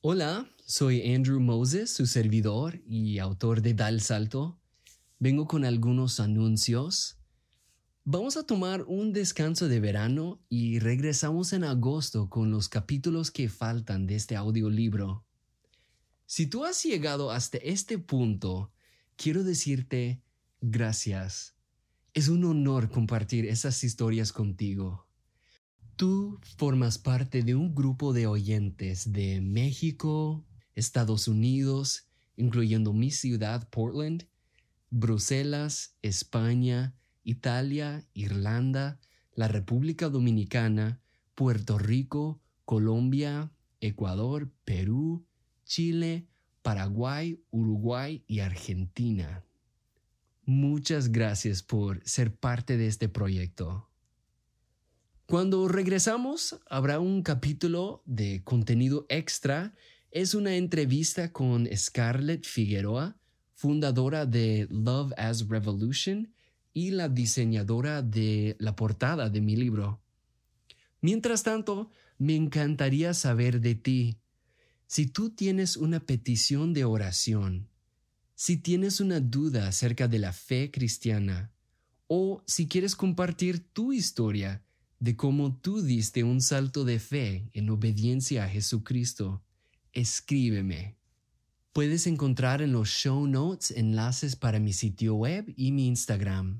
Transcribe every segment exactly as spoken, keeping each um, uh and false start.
Hola, soy Andrew Moses, su servidor y autor de Da el Salto. Vengo con algunos anuncios. Vamos a tomar un descanso de verano y regresamos en agosto con los capítulos que faltan de este audiolibro. Si tú has llegado hasta este punto, quiero decirte gracias. Es un honor compartir esas historias contigo. Tú formas parte de un grupo de oyentes de México, Estados Unidos, incluyendo mi ciudad, Portland, Bruselas, España, Italia, Irlanda, la República Dominicana, Puerto Rico, Colombia, Ecuador, Perú, Chile, Paraguay, Uruguay y Argentina. Muchas gracias por ser parte de este proyecto. Cuando regresamos, habrá un capítulo de contenido extra. Es una entrevista con Scarlett Figueroa, fundadora de Love as Revolution y la diseñadora de la portada de mi libro. Mientras tanto, me encantaría saber de ti. Si tú tienes una petición de oración, si tienes una duda acerca de la fe cristiana, o si quieres compartir tu historia de cómo tú diste un salto de fe en obediencia a Jesucristo, escríbeme. Puedes encontrar en los show notes enlaces para mi sitio web y mi Instagram.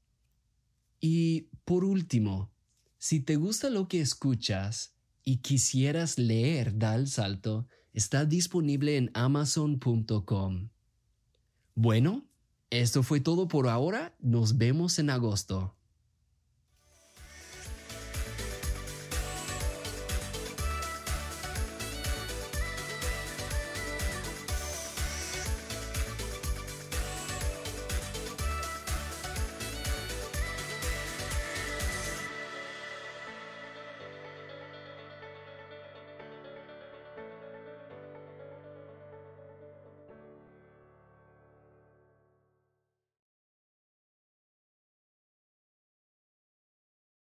Y por último, si te gusta lo que escuchas y quisieras leer Da el Salto, está disponible en amazon punto com. Bueno, esto fue todo por ahora. Nos vemos en agosto.